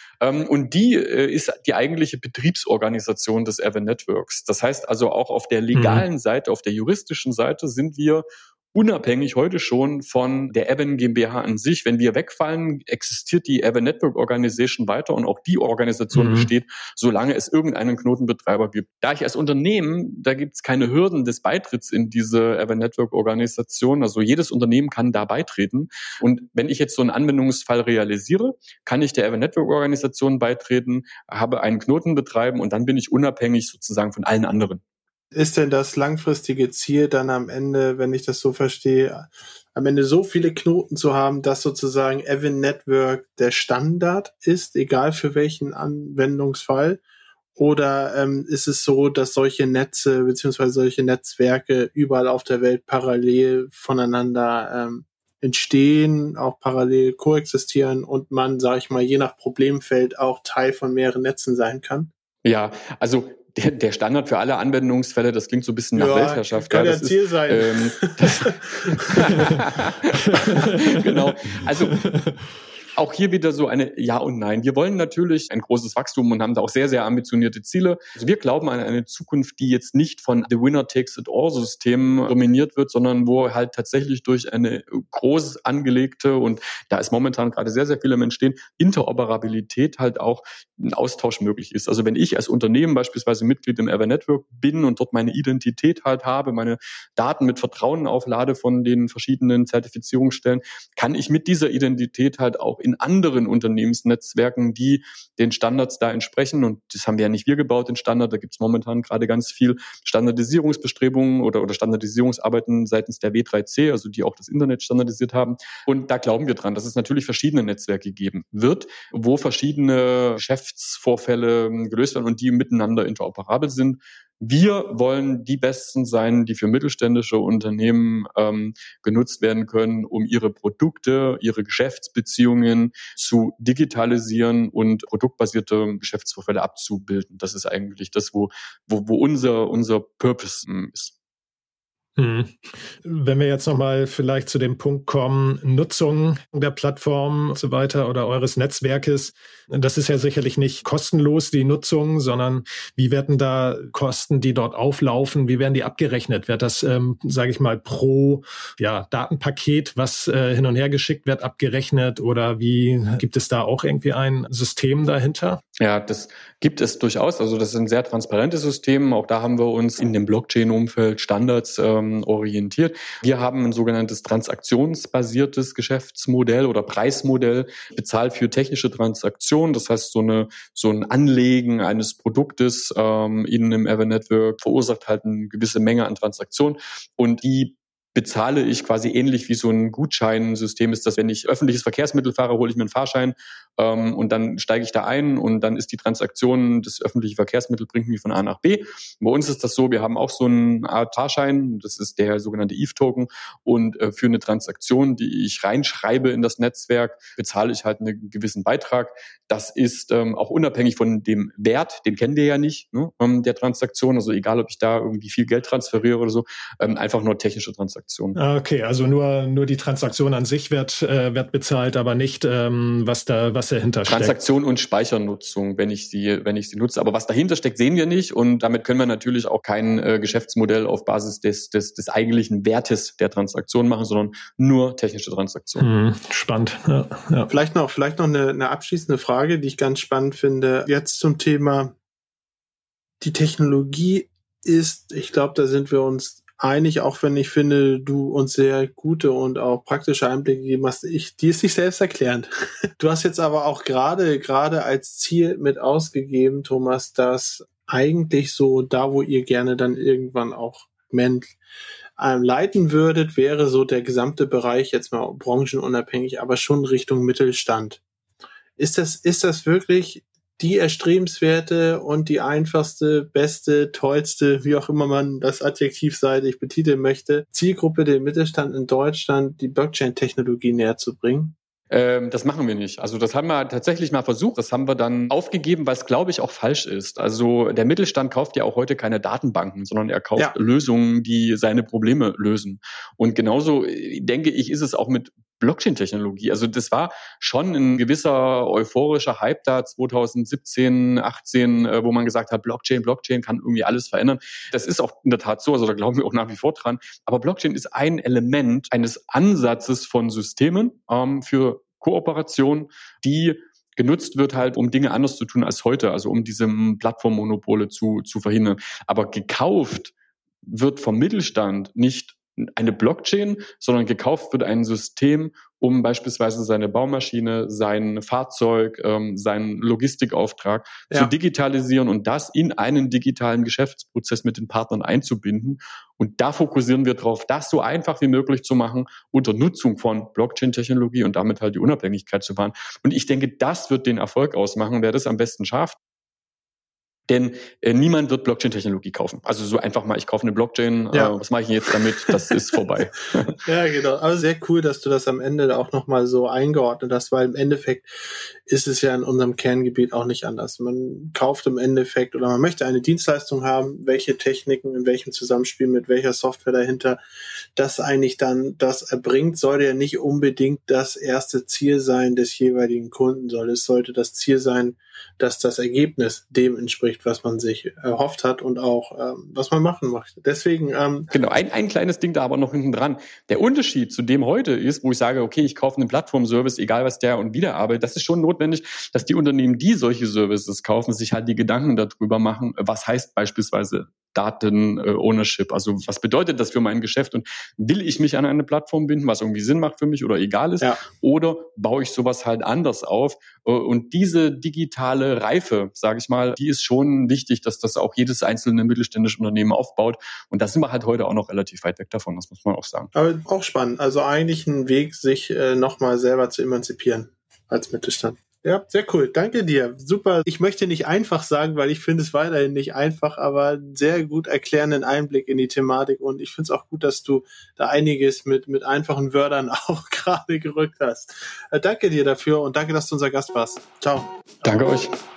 Und die ist die eigentliche Betriebsorganisation des Evan Networks. Das heißt also auch auf der legalen Seite, auf der juristischen Seite sind wir unabhängig heute schon von der Evan GmbH an sich. Wenn wir wegfallen, existiert die Evan Network Organization weiter und auch die Organisation besteht, solange es irgendeinen Knotenbetreiber gibt. Da ich als Unternehmen, da gibt es keine Hürden des Beitritts in diese Evan Network Organisation. Also jedes Unternehmen kann da beitreten. Und wenn ich jetzt so einen Anwendungsfall realisiere, kann ich der Evan Network Organisation beitreten, habe einen Knoten betreiben und dann bin ich unabhängig sozusagen von allen anderen. Ist denn das langfristige Ziel dann am Ende, wenn ich das so verstehe, am Ende so viele Knoten zu haben, dass sozusagen Evan Network der Standard ist, egal für welchen Anwendungsfall? Oder ist es so, dass solche Netze bzw. solche Netzwerke überall auf der Welt parallel voneinander entstehen, auch parallel koexistieren und man, sage ich mal, je nach Problemfeld auch Teil von mehreren Netzen sein kann? Ja, also der Standard für alle Anwendungsfälle, das klingt so ein bisschen nach Weltherrschaft. Kann ja Ziel sein. Genau. Also auch hier wieder so eine Ja und Nein. Wir wollen natürlich ein großes Wachstum und haben da auch sehr, sehr ambitionierte Ziele. Also wir glauben an eine Zukunft, die jetzt nicht von The Winner Takes It All System dominiert wird, sondern wo halt tatsächlich durch eine groß angelegte, und da ist momentan gerade sehr, sehr viel im Entstehen, Interoperabilität halt auch ein Austausch möglich ist. Also wenn ich als Unternehmen beispielsweise Mitglied im Evan Network bin und dort meine Identität halt habe, meine Daten mit Vertrauen auflade von den verschiedenen Zertifizierungsstellen, kann ich mit dieser Identität halt auch in anderen Unternehmensnetzwerken, die den Standards da entsprechen, und das haben wir ja nicht wir gebaut, den Standard, da gibt es momentan gerade ganz viel Standardisierungsbestrebungen oder Standardisierungsarbeiten seitens der W3C, also die auch das Internet standardisiert haben. Und da glauben wir dran, dass es natürlich verschiedene Netzwerke geben wird, wo verschiedene Geschäftsvorfälle gelöst werden und die miteinander interoperabel sind. Wir wollen die Besten sein, die für mittelständische Unternehmen genutzt werden können, um ihre Produkte, ihre Geschäftsbeziehungen zu digitalisieren und produktbasierte Geschäftsvorfälle abzubilden. Das ist eigentlich das, wo unser Purpose ist. Wenn wir jetzt nochmal vielleicht zu dem Punkt kommen, Nutzung der Plattform und so weiter oder eures Netzwerkes, das ist ja sicherlich nicht kostenlos, die Nutzung, sondern wie werden da Kosten, die dort auflaufen, wie werden die abgerechnet? Wird das, sage ich mal, pro Datenpaket, was hin und her geschickt wird, abgerechnet oder wie gibt es da auch irgendwie ein System dahinter? Ja, das gibt es durchaus. Also das ist ein sehr transparentes System. Auch da haben wir uns in dem Blockchain-Umfeld Standards orientiert. Wir haben ein sogenanntes transaktionsbasiertes Geschäftsmodell oder Preismodell, bezahlt für technische Transaktionen. Das heißt, so ein Anlegen eines Produktes in einem Evernetwork verursacht halt eine gewisse Menge an Transaktionen und die bezahle ich quasi ähnlich wie so ein Gutscheinsystem ist, dass wenn ich öffentliches Verkehrsmittel fahre, hole ich mir einen Fahrschein und dann steige ich da ein und dann ist die Transaktion, das öffentliche Verkehrsmittel bringt mich von A nach B. Bei uns ist das so, wir haben auch so eine Art Fahrschein, das ist der sogenannte ETH-Token und für eine Transaktion, die ich reinschreibe in das Netzwerk, bezahle ich halt einen gewissen Beitrag. Das ist auch unabhängig von dem Wert, den kennen wir ja nicht, ne, der Transaktion, also egal, ob ich da irgendwie viel Geld transferiere oder so, einfach nur technische Transaktionen. Okay, also nur die Transaktion an sich wird bezahlt, aber nicht was dahinter steckt. Transaktion und Speichernutzung, wenn ich sie nutze. Aber was dahinter steckt, sehen wir nicht und damit können wir natürlich auch kein Geschäftsmodell auf Basis des eigentlichen Wertes der Transaktion machen, sondern nur technische Transaktionen. Spannend. Ja. Vielleicht noch eine abschließende Frage, die ich ganz spannend finde. Jetzt zum Thema die Technologie ist, ich glaube, da sind wir uns einig, auch wenn ich finde, du uns sehr gute und auch praktische Einblicke gegeben hast. Die ist nicht selbsterklärend. Du hast jetzt aber auch gerade als Ziel mit ausgegeben, Thomas, dass eigentlich so da, wo ihr gerne dann irgendwann auch leiten würdet, wäre so der gesamte Bereich jetzt mal branchenunabhängig, aber schon Richtung Mittelstand. Ist das wirklich die erstrebenswerte und die einfachste, beste, tollste, wie auch immer man das adjektivseitig betiteln möchte, Zielgruppe den Mittelstand in Deutschland die Blockchain-Technologie näher zu bringen? Das machen wir nicht. Also das haben wir tatsächlich mal versucht. Das haben wir dann aufgegeben, weil es, glaube ich, auch falsch ist. Also der Mittelstand kauft ja auch heute keine Datenbanken, sondern er kauft Lösungen, die seine Probleme lösen. Und genauso, denke ich, ist es auch mit Blockchain-Technologie. Also das war schon ein gewisser euphorischer Hype da 2017, 18, wo man gesagt hat, Blockchain kann irgendwie alles verändern. Das ist auch in der Tat so, also da glauben wir auch nach wie vor dran. Aber Blockchain ist ein Element eines Ansatzes von Systemen für Kooperation, die genutzt wird halt, um Dinge anders zu tun als heute, also um diese Plattformmonopole zu verhindern. Aber gekauft wird vom Mittelstand nicht eine Blockchain, sondern gekauft wird ein System, um beispielsweise seine Baumaschine, sein Fahrzeug, seinen Logistikauftrag zu digitalisieren und das in einen digitalen Geschäftsprozess mit den Partnern einzubinden. Und da fokussieren wir drauf, das so einfach wie möglich zu machen unter Nutzung von Blockchain-Technologie und damit halt die Unabhängigkeit zu wahren. Und ich denke, das wird den Erfolg ausmachen, wer das am besten schafft. Denn niemand wird Blockchain-Technologie kaufen. Also so einfach mal, ich kaufe eine Blockchain, was mache ich denn jetzt damit? Das ist vorbei. Ja, genau. Aber sehr cool, dass du das am Ende auch nochmal so eingeordnet hast, weil im Endeffekt ist es ja in unserem Kerngebiet auch nicht anders. Man kauft im Endeffekt oder man möchte eine Dienstleistung haben, welche Techniken, in welchem Zusammenspiel mit welcher Software dahinter das eigentlich dann das erbringt, sollte ja nicht unbedingt das erste Ziel sein des jeweiligen Kunden, es sollte das Ziel sein, dass das Ergebnis dem entspricht, was man sich erhofft hat und auch was man machen möchte. Deswegen genau, ein kleines Ding da aber noch hinten dran. Der Unterschied zu dem heute ist, wo ich sage, okay, ich kaufe einen Plattformservice, egal was der und wie der arbeitet, das ist schon notwendig, dass die Unternehmen, die solche Services kaufen, sich halt die Gedanken darüber machen, was heißt beispielsweise Daten-Ownership, also was bedeutet das für mein Geschäft und will ich mich an eine Plattform binden, was irgendwie Sinn macht für mich oder egal ist, oder baue ich sowas halt anders auf und diese digitale Reife, sage ich mal, die ist schon wichtig, dass das auch jedes einzelne mittelständische Unternehmen aufbaut und da sind wir halt heute auch noch relativ weit weg davon, das muss man auch sagen. Aber auch spannend, also eigentlich ein Weg, sich nochmal selber zu emanzipieren als Mittelstand. Ja, sehr cool. Danke dir. Super. Ich möchte nicht einfach sagen, weil ich finde es weiterhin nicht einfach, aber sehr gut erklärenden Einblick in die Thematik. Und ich finde es auch gut, dass du da einiges mit einfachen Wörtern auch gerade gerückt hast. Danke dir dafür und danke, dass du unser Gast warst. Ciao. Danke euch.